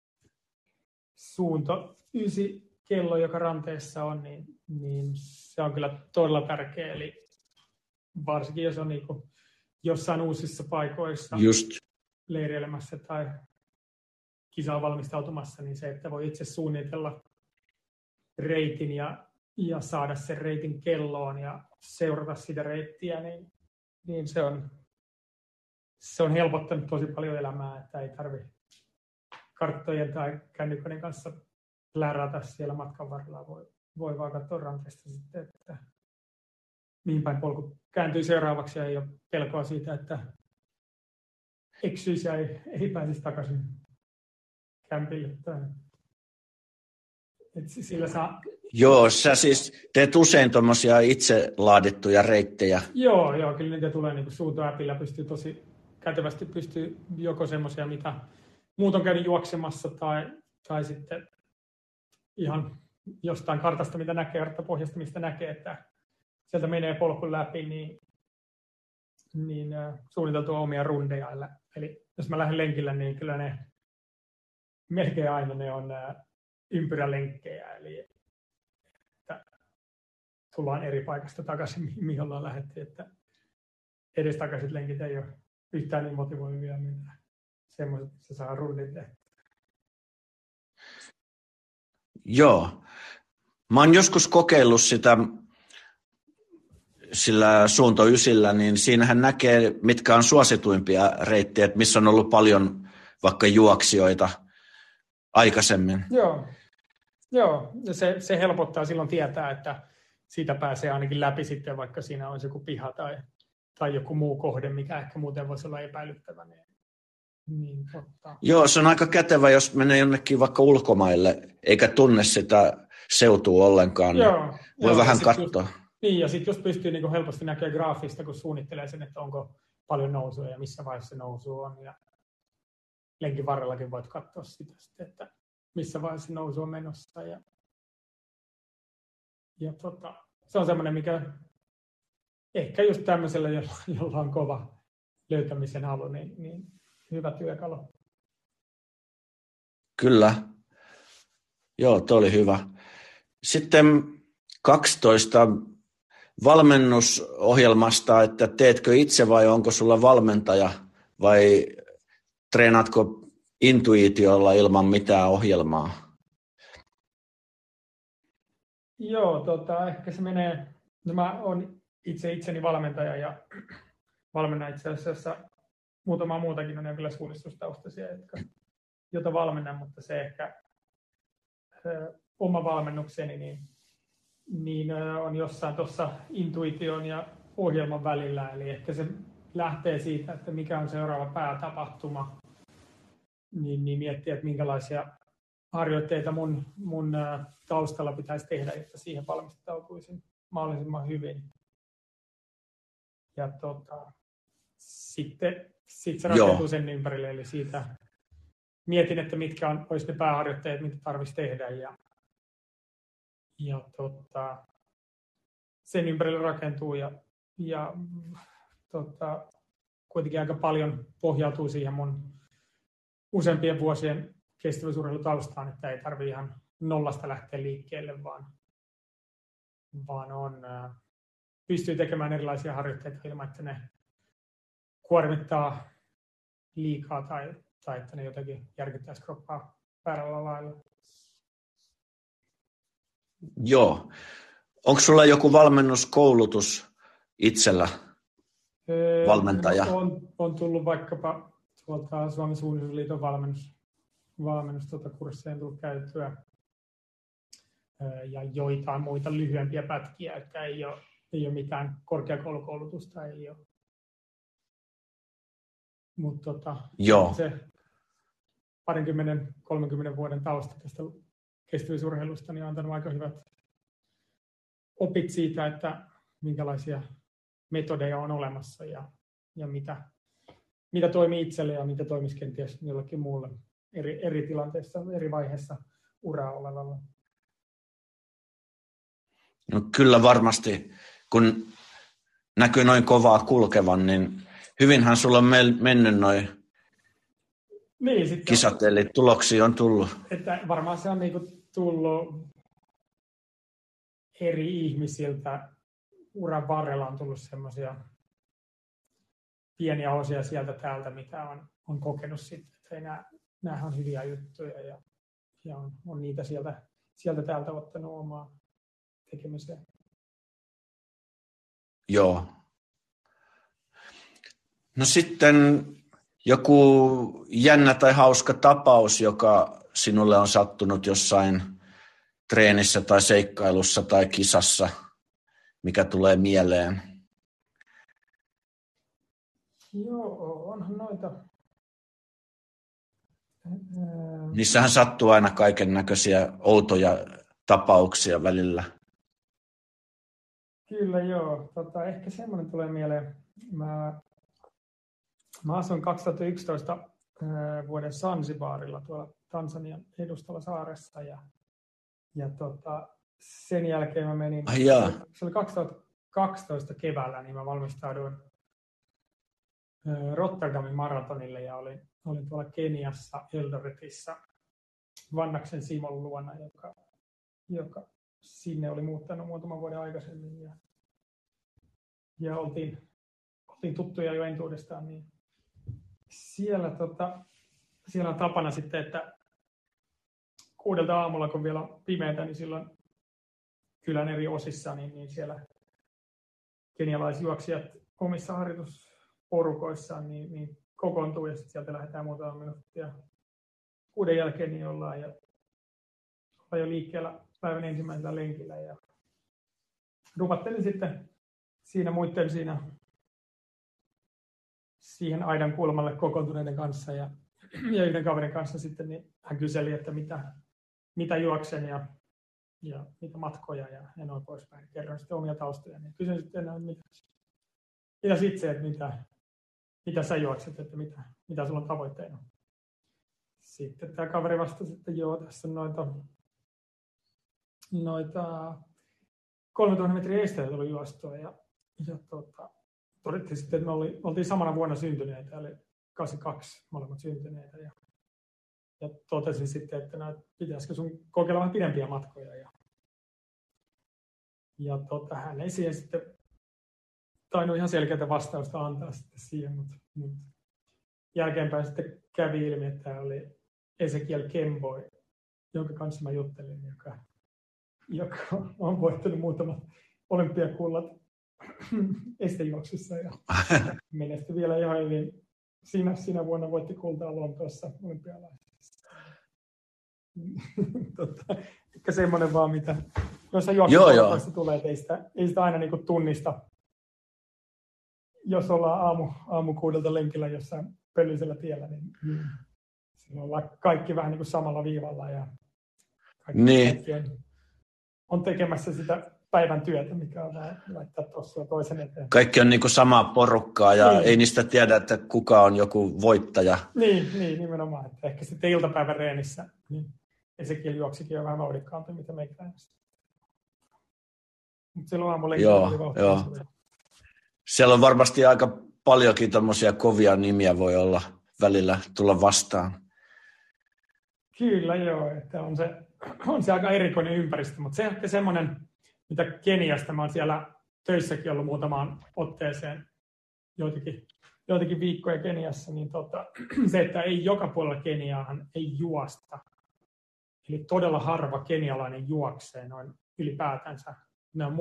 Suunto 9 kello, joka ranteessa on, niin se on kyllä todella tärkeä, eli varsinkin jos on niinku jossain uusissa paikoissa leireilemässä tai kisaan valmistautumassa, niin se, että voi itse suunnitella reitin ja saada sen reitin kelloon ja seurata sitä reittiä, niin se on helpottanut tosi paljon elämää, että ei tarvitse karttojen tai kännyköiden kanssa lärätä siellä matkan varrella. Voi vaan katsoa ranteesta sitten, että mihin päin polku kääntyy seuraavaksi ja ei ole pelkoa siitä, että eksyisi ja ei pääsisi takaisin kämpille. Sillä saa... Joo, sä siis teet usein tuommoisia itse laadittuja reittejä. Joo, kyllä niitä tulee niin Suunto-appilla pystyy tosi kätevästi joko semmoisia, mitä muut on käynyt juoksemassa tai sitten ihan jostain kartasta, mitä näkee, karttapohjasta, mistä näkee, että sieltä menee polku läpi, niin suunniteltua omia rundeja. Eli jos mä lähden lenkillä, niin kyllä ne melkein aina ne on ympyrälenkkejä, eli että tullaan eri paikasta takaisin, mihin ollaan lähdetty, että edestakaiset lenkit ei ole yhtään niin motivoivia, mitä semmoiset, missä saa rundin tehdä. Joo. Mä oon joskus kokeillut sitä sillä Suunto 9, niin siinähän näkee, mitkä on suosituimpia reittejä, että missä on ollut paljon vaikka juoksijoita aikaisemmin. Joo. Se helpottaa silloin tietää, että siitä pääsee ainakin läpi sitten, vaikka siinä olisi joku piha tai joku muu kohde, mikä ehkä muuten voisi olla epäilyttävä. Joo, se on aika kätevä, jos menee jonnekin vaikka ulkomaille, eikä tunne sitä seutua ollenkaan, niin voi vähän katsoa. Niin, ja sitten just pystyy niin helposti näkemään graafista, kun suunnittelee sen, että onko paljon nousua ja missä vaiheessa nousu on. Ja lenkin varrellakin voit katsoa sitä sitten, että missä vaiheessa nousu on menossa. Se on semmoinen, mikä ehkä just tämmöisellä, jolla on kova löytämisen halu, niin hyvä työkalu. Kyllä. Joo, toi oli hyvä. Sitten 12 valmennusohjelmasta, että teetkö itse vai onko sulla valmentaja vai treenaatko intuitiolla ilman mitään ohjelmaa? Joo, ehkä se menee, no mä oon itseni valmentaja ja valmennan itse asiassa muutama muutakin on kyllä suunnistustaustaisia, jota valmennan, mutta se ehkä oma valmennukseni niin on jossain tuossa intuition ja ohjelman välillä, eli ehkä se lähtee siitä, että mikä on seuraava päätapahtuma, niin miettiä, että minkälaisia harjoitteita mun taustalla pitäisi tehdä, jotta siihen valmistautuisin mahdollisimman hyvin. Ja sitten se rakentuu sen ympärille, eli siitä mietin, että mitkä olisi ne pääharjoitteet, mitä tarvitsisi tehdä, ja sen ympärille rakentuu, ja kuitenkin aika paljon pohjautuu siihen mun useampien vuosien kestävyysurheilutaustaan, että ei tarvitse ihan nollasta lähteä liikkeelle, vaan pystyy tekemään erilaisia harjoitteita ilman, että ne kuormittaa liikaa tai että ne jotenkin järkyttäisi kroppaa väärällä lailla. Joo. Onko sulla joku valmennuskoulutus itsellä, valmentaja? On tullut vaikkapa tuolta Suomen Suunnistusliiton valmennuskursseja on tullut käytyä ja joitain muita lyhyempiä pätkiä, että ei ole mitään korkeakoulukoulutusta, ei ole. Mutta se 20-30 vuoden tausta tästä kestävyysurheilusta niin on antanut aika hyvät opit siitä, että minkälaisia metodeja on olemassa ja mitä toimii itselle ja mitä toimisi kenties jollekin muulle eri tilanteissa, eri vaiheessa uraa olevalle. No kyllä varmasti, kun näkyy noin kovaa kulkevan, niin hyvinhän sulla on mennyt noin kisat, eli tuloksia on tullut. Että varmaan se on tullut eri ihmisiltä. Uran varrella on tullut semmoisia pieniä osia sieltä täältä, mitä on kokenut sitten. Että nämä on hyviä juttuja ja on niitä sieltä täältä ottanut omaa tekemiseen. Joo. No sitten joku jännä tai hauska tapaus, joka sinulle on sattunut jossain treenissä tai seikkailussa tai kisassa, mikä tulee mieleen? Joo, onhan noita. Niissähän sattuu aina kaiken näköisiä outoja tapauksia välillä. Kyllä joo. Ehkä semmoinen tulee mieleen. Mä asuin 2011 vuoden Zanzibarilla tuolla Tansanian edustalla saaressa ja sen jälkeen mä menin, se oli 2012 keväällä, niin mä valmistauduin Rotterdamin maratonille ja olin tuolla Keniassa Eldoretissä Vannaksen Simon luona, joka sinne oli muuttanut muutaman vuoden aikaisemmin ja oltiin tuttuja jo entuudestaan, niin siellä on tapana sitten, että 6 aamulla, kun vielä on pimeätä, niin silloin kylän eri osissa, niin siellä kenialaisjuoksijat omissa harjoitusporukoissaan niin kokoontuu ja sitten sieltä lähdetään muutama minuuttia 6 jälkeen, niin ollaan jo liikkeellä päivän ensimmäisellä lenkillä ja rupattelin sitten siinä muiden siihen aidan kulmalle kokoontuneiden kanssa ja yhden kaverin kanssa sitten, niin hän kyseli, että mitä juoksen ja mitä matkoja ja noin poispäin. Kerroin sitten omia taustoja. Niin kysyin sitten, mitä itse, että mitä sä juokset, että mitä sulla on tavoitteena. Sitten tämä kaveri vastasi, että joo, tässä on noita 3000 metriä esteitä tullut juostua ja todettiin sitten, että me oltiin samana vuonna syntyneitä, eli 82 molemmat syntyneitä. Ja totesin sitten, että pitäisikö sun kokeilla vähän pidempiä matkoja. Ja hän ei siihen sitten tainnut ihan selkeää vastausta antaa sitten siihen, mutta jälkeenpäin sitten kävi ilmi, että tämä oli Ezekiel Kemboi, jonka kanssa mä juttelin, joka on voittanut muutamat olympiakullat estejuoksussa ja menestyi vielä ihan hyvin. Siinä vuonna voitti kultaa Lontoossa olympialaisissa. Ehkä semmoinen vaan, mitä noissa juoksuportaissa tulee, että ei sitä aina niinku tunnista. Jos ollaan aamu 6 lenkillä jossain pöllisellä tiellä, niin silloin ollaan kaikki vähän niin kuin samalla viivalla ja kaikki on tekemässä sitä päivän työtä, mikä on vaan laittaa tuossa toisen eteen. Kaikki on niin kuin samaa porukkaa ja ei niistä tiedä, että kuka on joku voittaja. Niin nimenomaan. Että ehkä sitten iltapäivän reenissä niin Ezekiel juoksikin on vähän vauhdikkaampi, mitä meikäläistä. Mutta silloin aamulla oli vauhdikkaampi. Siellä on varmasti aika paljonkin tommosia kovia nimiä voi olla välillä tulla vastaan. Kyllä joo, että on se aika erikoinen ympäristö, mutta se on ehkä semmoinen, mitä Keniasta, mä oon siellä töissäkin ollut muutamaan otteeseen joitakin viikkoja Keniassa, niin se, että ei joka puolella Keniaahan ei juosta. Eli todella harva kenialainen juoksee noin ylipäätänsä. Ne on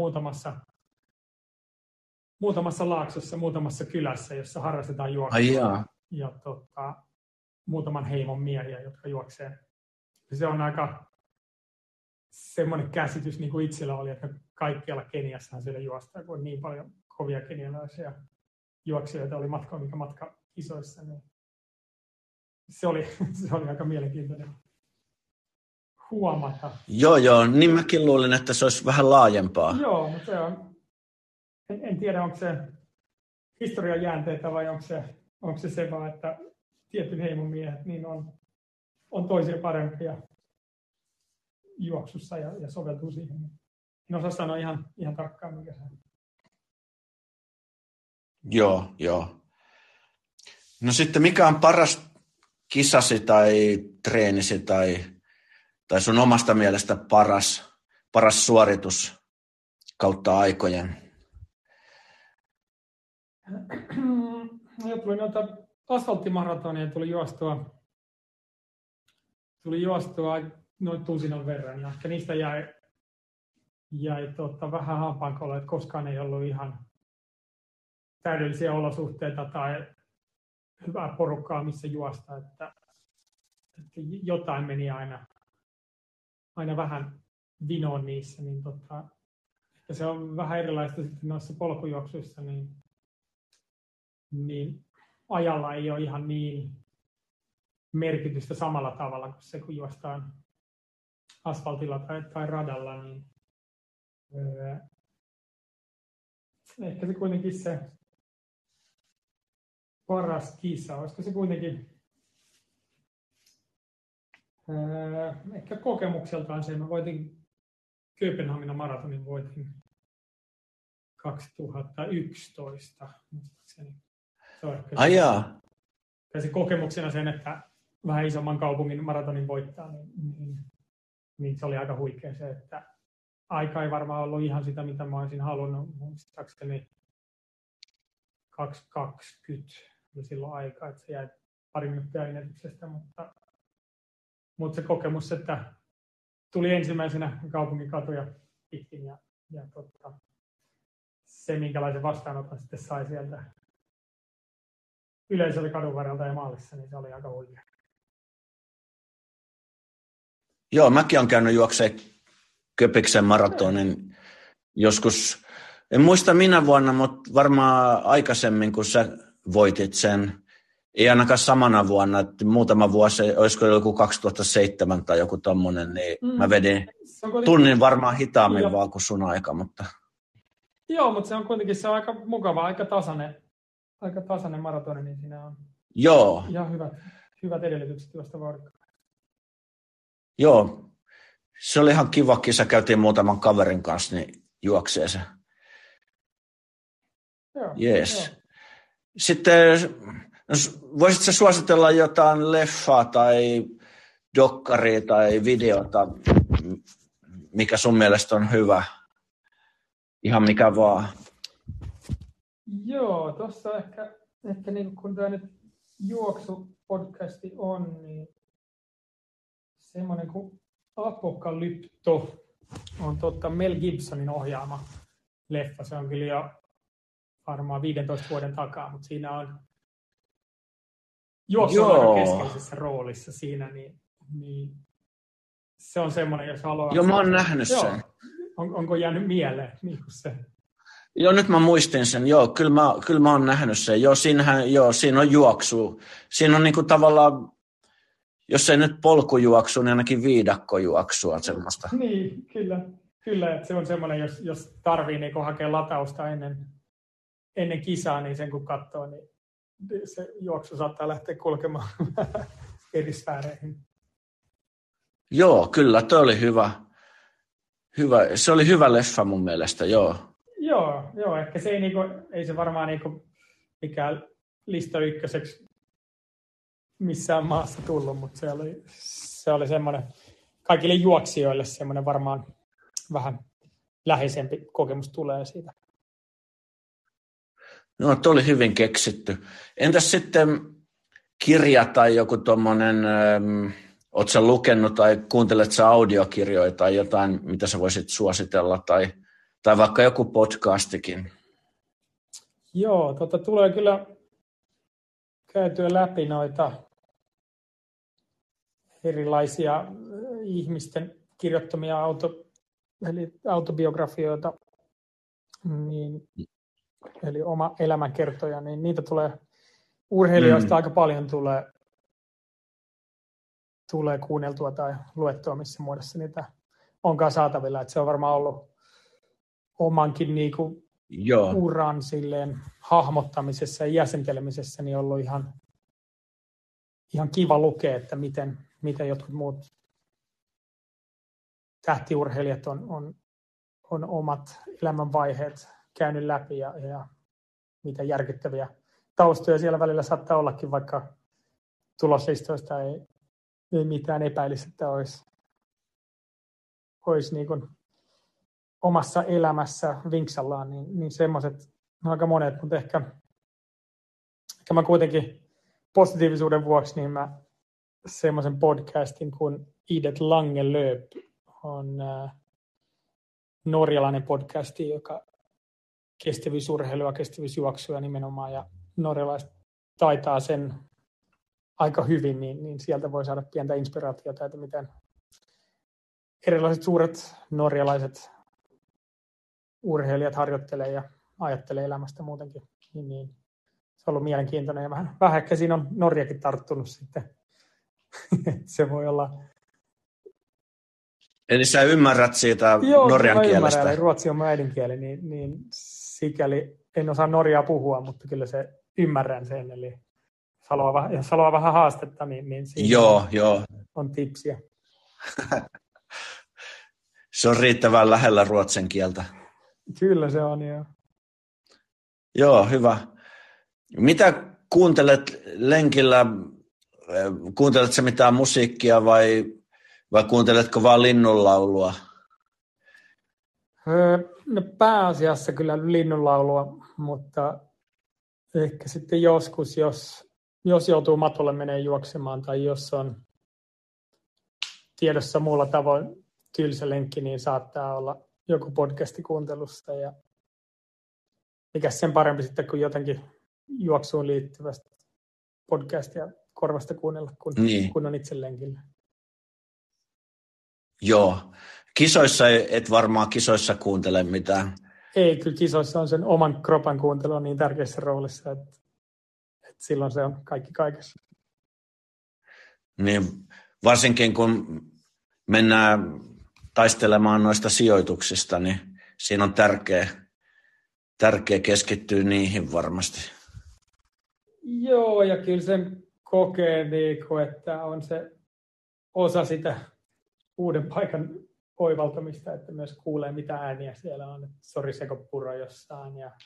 muutamassa laaksossa, muutamassa kylässä, jossa harrastetaan juoksua. Ja muutaman heimon miehiä, jotka juoksee. Se on aika semmoinen käsitys, niin kuin itsellä oli, että kaikkialla Keniassahan siellä juostaan, kun on niin paljon kovia kenialaisia juoksijoita oli matka isoissa. Niin se oli aika mielenkiintoinen huomata. Joo, niin mäkin luulin, että se olisi vähän laajempaa. Joo, mutta se on. En tiedä, onko se historian jäänteitä vai onko se vaan, että tietyn heimon miehet niin on toisia parempia juoksussa ja soveltuu siihen. En osaa sanoa ihan tarkkaan, mikä se on. Joo. No sitten mikä on paras kisasi tai treenisi tai sun omasta mielestä paras suoritus kautta aikojen? Tuli noita asfalttimaratonia, tuli juostua noin tusinan verran ja ehkä niistä jäi vähän hampaankoloa, että koskaan ei ollut ihan täydellisiä olosuhteita tai hyvää porukkaa, missä juosta, että jotain meni aina vähän vinoon niissä, niin ja se on vähän erilaista sitten noissa polkujuoksuissa, niin ajalla ei ole ihan niin merkitystä samalla tavalla kuin se, kun juostaan asfaltilla tai radalla, niin ehkä se kuitenkin se paras kisa, olisiko se kuitenkin ehkä kokemukseltaan se, mä voitin Kööpenhaminan maratonin 2011, muistaakseni. Se kokemuksena sen, että vähän isomman kaupungin maratonin voittaa, niin se oli aika huikea se, että aika ei varmaan ollut ihan sitä, mitä mä olisin halunnut. Muistaakseni 2.20 oli silloin aika, että se jäi pari minuuttia ennätyksestä, mutta se kokemus, että tuli ensimmäisenä kaupungin katuja pitkin ja se, minkälaisen vastaanoton sitten sai sieltä yleisö oli kadun varrelta ja maalissa, niin se oli aika huikea. Joo, mäkin olen käynyt juokseen Köpiksen maratonin joskus, en muista minä vuonna, mutta varmaan aikaisemmin, kun sä voitit sen. Ei ainakaan samana vuonna, että muutama vuosi, olisiko joku 2007 tai joku tommonen, niin mä vedin tunnin varmaan hitaammin vaan kuin sun aika, mutta... Joo, mutta se on kuitenkin se on aika mukava, aika tasainen maratoni, niin siinä on ihan hyvät edellytykset juosta vauhdikkaasti. Joo, se oli ihan kiva kisa, käytiin muutaman kaverin kanssa, niin juoksee se. Joo, yes. Joo. Sitten voisitko suositella jotain leffaa tai dokkaria tai videota, mikä sun mielestä on hyvä? Ihan mikä vaan. Joo, tuossa ehkä niin kun tämä nyt juoksupodcasti on, niin semmoinen kuin Apokalypto on Mel Gibsonin ohjaama leffa. Se on kyllä jo varmaan 15 vuoden takaa, mutta siinä on juoksu on aika keskeisessä roolissa siinä, niin se on semmoinen, jos haluaa... Joo, mä oon nähnyt sen. Onko jäänyt mieleen niin kuin se? Joo, nyt mä muistin sen. Joo, kyllä mä oon nähnyt sen. Joo, siinä on juoksu. Siinä on niinku tavallaan, jos ei nyt polkujuoksu, niin ainakin viidakkojuoksua semmoista. Niin, kyllä, että se on semmoinen, jos tarvii niin hakea latausta ennen kisaa, niin sen kun katsoo, niin se juoksu saattaa lähteä kulkemaan eri sfääreihin. Joo, kyllä, toi oli hyvä. Se oli hyvä leffa mun mielestä, joo. Joo, ehkä se ei se varmaan mikään lista ykköseksi missään maassa tullut, mutta se oli semmoinen kaikille juoksijoille semmoinen varmaan vähän läheisempi kokemus tulee siitä. No, tuo oli hyvin keksitty. Entäs sitten kirja tai joku tuommoinen, ootko sä lukenut tai kuuntelet sä audiokirjoja tai jotain, mitä sä voisit suositella tai vaikka joku podcastikin? Joo, tulee kyllä käytyä läpi noita erilaisia ihmisten kirjoittamia eli autobiografioita, eli oma elämänkertoja, niin niitä tulee urheilijoista aika paljon tulee kuunneltua tai luettua, missä muodossa niitä onkaan saatavilla. Että se on varmaan ollut omankin uran silleen hahmottamisessa ja jäsentelemisessä niin ollut ihan kiva lukea, että miten jotkut muut tähtiurheilijat on omat elämänvaiheet käynyt läpi ja mitä järkyttäviä taustoja siellä välillä saattaa ollakin, vaikka tuloslistoista ei mitään epäilisi, että olisi niin kuin omassa elämässä vinksallaan, niin semmoiset aika monet, mutta ehkä mä kuitenkin positiivisuuden vuoksi, niin mä semmoisen podcastin kuin Ideth Lange-Lööp on norjalainen podcasti, joka kestävyysurheilua, kestävyysjuoksua nimenomaan, ja norjalaiset taitaa sen aika hyvin, niin sieltä voi saada pientä inspiraatiota, että miten erilaiset suuret norjalaiset urheilijat harjoittelee ja ajattelee elämästä muutenkin. Niin se on ollut mielenkiintoinen ja vähän ehkä siinä on Norjakin tarttunut sitten. Se voi olla... Eli sä ymmärrät siitä norjan kielestä? Joo, ruotsi on mun äidinkieli, niin sikäli en osaa norjaa puhua, mutta kyllä se ymmärrän sen. Eli jos haluaa vähän haastetta, niin siinä on tipsiä. Se on riittävän lähellä ruotsin kieltä. Kyllä se on, joo. Joo, hyvä. Mitä kuuntelet lenkillä? Kuunteletko sä mitään musiikkia vai kuunteletko vaan linnunlaulua? No pääasiassa kyllä linnunlaulua, mutta ehkä sitten joskus, jos joutuu matolle menee juoksemaan tai jos on tiedossa muulla tavoin tylsä lenkki, niin saattaa olla joku podcasti kuuntelusta. Ja mikä sen parempi sitten kuin jotenkin juoksuun liittyvästä podcastia korvasta kuunnella, kun on itse lenkillä. Joo. Kisoissa et varmaan kuuntele mitään. Ei, kyllä kisoissa on sen oman kropan kuuntelu on niin tärkeässä roolissa, että silloin se on kaikki kaikessa. Niin, varsinkin kun mennään taistelemaan noista sijoituksista, niin siinä on tärkeä keskittyä niihin varmasti. Joo, ja kyllä sen kokee, että on se osa sitä uuden paikan oivaltamista, että myös kuulee, mitä ääniä siellä on. Sorisekopuro jossain ja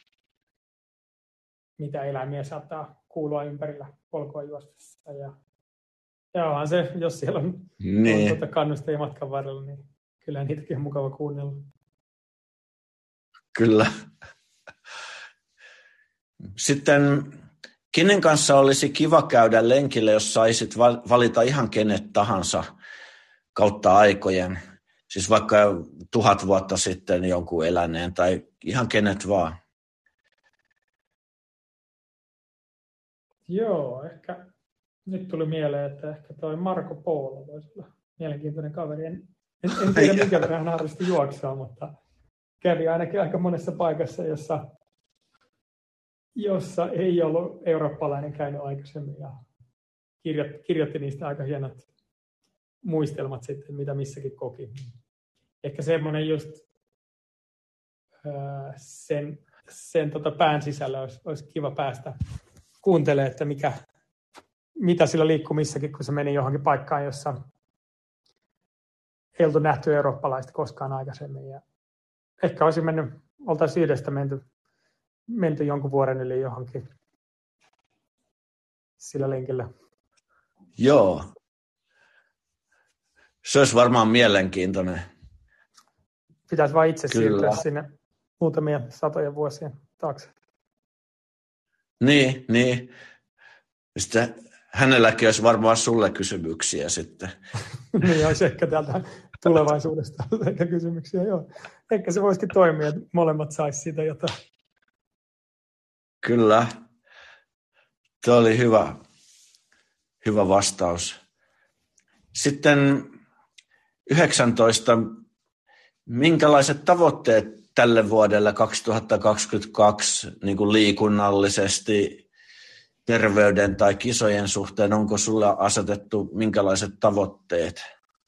mitä eläimiä saattaa kuulua ympärillä polkua juostessa. Ja onhan se, jos siellä on kannustajia matkan varrella, niin kyllä niitäkin on mukava kuunnella. Kyllä. Sitten kenen kanssa olisi kiva käydä lenkille, jos saisit valita ihan kenet tahansa kautta aikojen? Siis vaikka 1000 vuotta sitten jonkun eläneen tai ihan kenet vaan. Joo, ehkä nyt tuli mieleen, että ehkä toi Marco Polo voisi olla mielenkiintoinen kaveri. En tiedä, minkä verran hän harrasti juoksua, mutta kävi ainakin aika monessa paikassa, jossa ei ollut eurooppalainen käynyt aikaisemmin ja kirjoitti niistä aika hienot muistelmat sitten, mitä missäkin koki. Ehkä semmoinen just sen pään sisällä olisi kiva päästä kuuntelemaan, että mitä sillä liikkuu missäkin, kun se meni johonkin paikkaan, jossa ei oltu nähty eurooppalaista koskaan aikaisemmin. Ja ehkä oltaisiin yhdestä menty jonkun vuoren yli johonkin sillä lenkillä. Joo. Se olisi varmaan mielenkiintoinen. Pitäisi vain itse siirtyä sinne muutamia satoja vuosia taakse. Niin. Sitten hänelläkin olisi varmaan sulle kysymyksiä sitten. Niin olisi ehkä täältä tulevaisuudesta ehkä kysymyksiä, joo. Ehkä se voisikin toimia, että molemmat saisi siitä jotain. Kyllä. Tuo oli hyvä vastaus. Sitten 19. Minkälaiset tavoitteet tälle vuodelle 2022 niin kuin liikunnallisesti, terveyden tai kisojen suhteen? Onko sulla asetettu minkälaiset tavoitteet?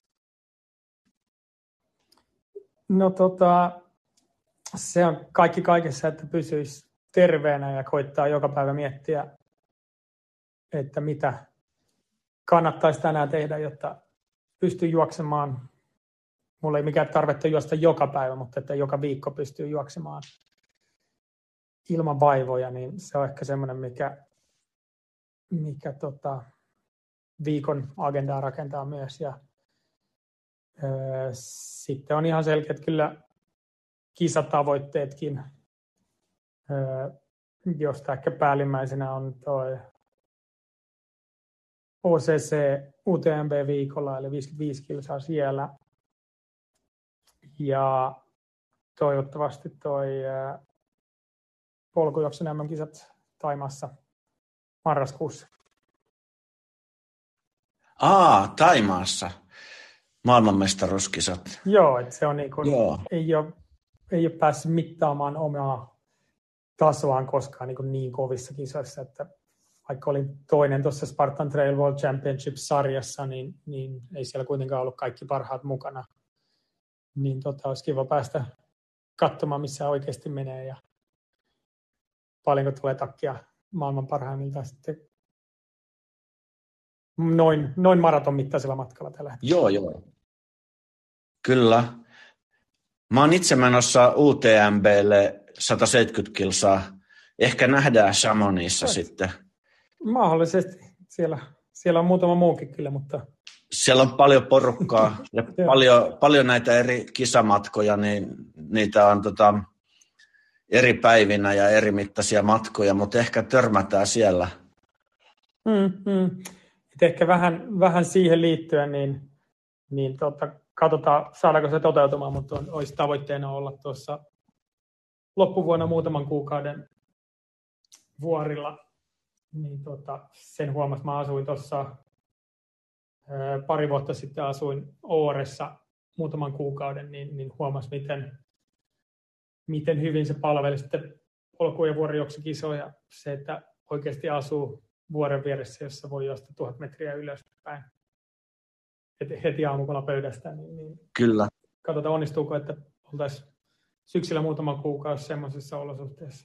No se on kaikki kaikessa, että pysyisi terveenä ja koittaa joka päivä miettiä, että mitä kannattaisi tänään tehdä, jotta pystyy juoksemaan. Mulla ei mikään tarvetta juosta joka päivä, mutta että joka viikko pystyy juoksemaan ilman vaivoja, niin se on ehkä semmoinen, mikä viikon agendaa rakentaa myös. Ja sitten on ihan selkeät kyllä kisatavoitteetkin, josta ehkä päällimmäisenä on toi OCC UTMB-viikolla, eli 55 kilsaa siellä. Ja toivottavasti toi polkujuoksun MM-kisat Thaimaassa marraskuussa. Thaimaassa maailmanmestaruuskisat. Joo, että se on niin kuin, ei ole päässyt mittaamaan omaa tasoaan koskaan niin kovissa kisoissa, että vaikka olin toinen tuossa Spartan Trail World Championship-sarjassa, niin ei siellä kuitenkaan ollut kaikki parhaat mukana. Niin olisi kiva päästä katsomaan, missä oikeasti menee ja paljonko tulee takkia maailman parhaimmilta sitten noin maraton mittaisella matkalla tällä hetkellä. Joo. Kyllä. Mä oon itse menossa UTMBlle 170 kilsaa. Ehkä nähdään Chamonixissa sitten. Mahdollisesti. Siellä on muutama muukin kyllä, mutta... Siellä on paljon porukkaa ja paljon näitä eri kisamatkoja, niin niitä on eri päivinä ja eri mittaisia matkoja, mutta ehkä törmätään siellä. Et ehkä vähän siihen liittyen, niin katsotaan saadaanko se toteutumaan, mutta olisi tavoitteena olla tuossa loppuvuonna muutaman kuukauden vuorilla. Niin sen huomasin, mä asuin tuossa pari vuotta sitten asuin Åressa muutaman kuukauden, niin huomasin, miten hyvin se palveli sitten polku- ja vuorijuoksukisoja. Se, että oikeasti asuu vuoren vieressä, jossa voi juosta 1000 metriä ylöspäin heti aamulla pöydästä. Niin Kyllä. Katsotaan, onnistuuko, että oltaisiin syksyllä muutama kuukausi semmoisissa olosuhteissa,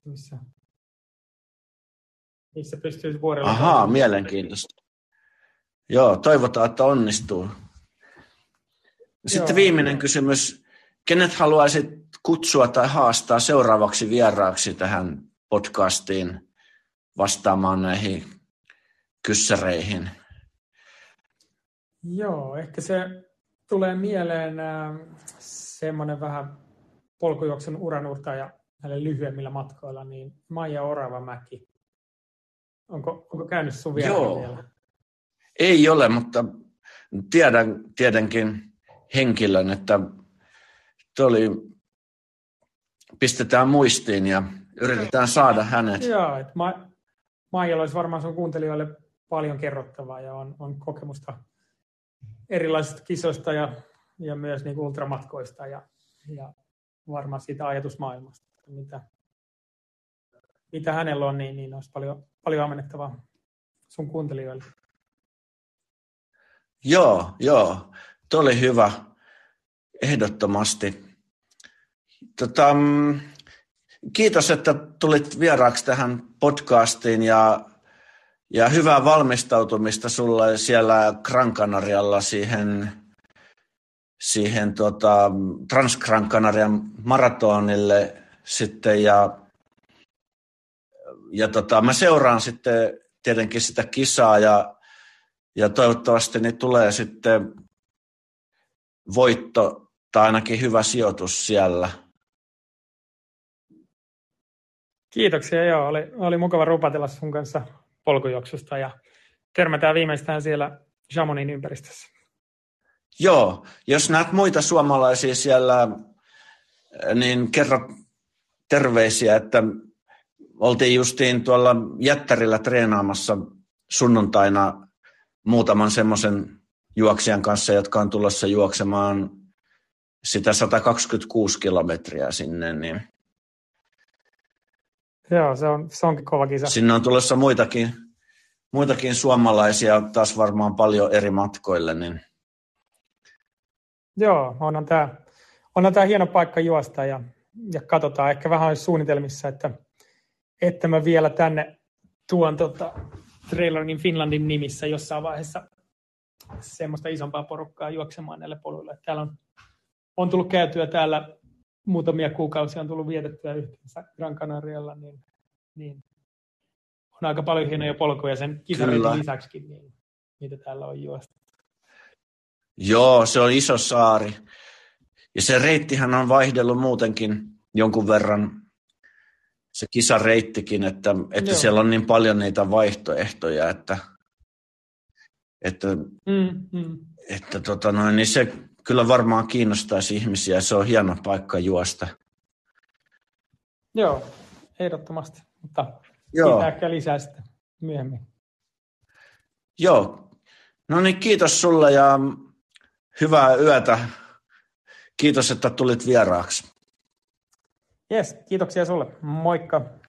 missä pystyisi vuorella. Mielenkiintoista. Joo, toivotaan, että onnistuu. Sitten viimeinen kysymys. Kenet haluaisit kutsua tai haastaa seuraavaksi vieraaksi tähän podcastiin vastaamaan näihin kyssäreihin? Joo, ehkä se tulee mieleen semmoinen vähän polkujuoksun uranuurtaja näillä lyhyemmillä matkoilla, niin Maija Oravamäki. Onko käynyt sun vierellä vielä? Ei ole, mutta tiedänkin henkilön, että pistetään muistiin ja yritetään saada hänet. Joo, että Maijalla olisi varmaan sun kuuntelijoille paljon kerrottavaa ja on kokemusta erilaisista kisoista ja myös niin ultramatkoista ja varmaan siitä ajatusmaailmasta, mitä hänellä on, niin olisi paljon ammennettavaa sun kuuntelijoille. Joo, tuo oli hyvä, ehdottomasti. Kiitos, että tulit vieraaksi tähän podcastiin ja hyvää valmistautumista sulle siellä Gran Canarialla siihen Trans-Gran Canarian maratonille sitten mä seuraan sitten tietenkin sitä kisaa ja toivottavasti niin tulee sitten voitto tai ainakin hyvä sijoitus siellä. Kiitoksia, joo. Oli mukava rupatella sun kanssa polkujuoksusta ja törmätään viimeistään siellä Chamonixin ympäristössä. Joo, jos näet muita suomalaisia siellä, niin kerro terveisiä, että oltiin justiin tuolla Jättärillä treenaamassa sunnuntaina muutaman semmoisen juoksijan kanssa, jotka on tulossa juoksemaan sitä 126 kilometriä sinne. Niin joo, se onkin kova kisa. Sinne on tulossa muitakin suomalaisia taas varmaan paljon eri matkoille. Niin. Joo, onhan tämä hieno paikka juosta ja katsotaan. Ehkä vähän olisi suunnitelmissa, että mä vielä tänne tuon Trailrunning Finlandin nimissä jossain vaiheessa semmoista isompaa porukkaa juoksemaan näille poluille. Täällä on tullut käytyä täällä muutamia kuukausia, on tullut vietettyä yhteensä Gran Canarialla, niin on aika paljon hienoja polkuja sen kisareitin lisäksikin, niin mitä täällä on juosta. Joo, se on iso saari. Ja se reittihän on vaihdellut muutenkin jonkun verran, se kisareittikin, että siellä on niin paljon niitä vaihtoehtoja, että niin se kyllä varmaan kiinnostaisi ihmisiä. Se on hieno paikka juosta. Joo, ehdottomasti. Mutta siitä ehkä lisää sitten myöhemmin. Joo. No niin, kiitos sulle ja hyvää yötä. Kiitos, että tulit vieraaksi. Jes, kiitoksia sulle. Moikka.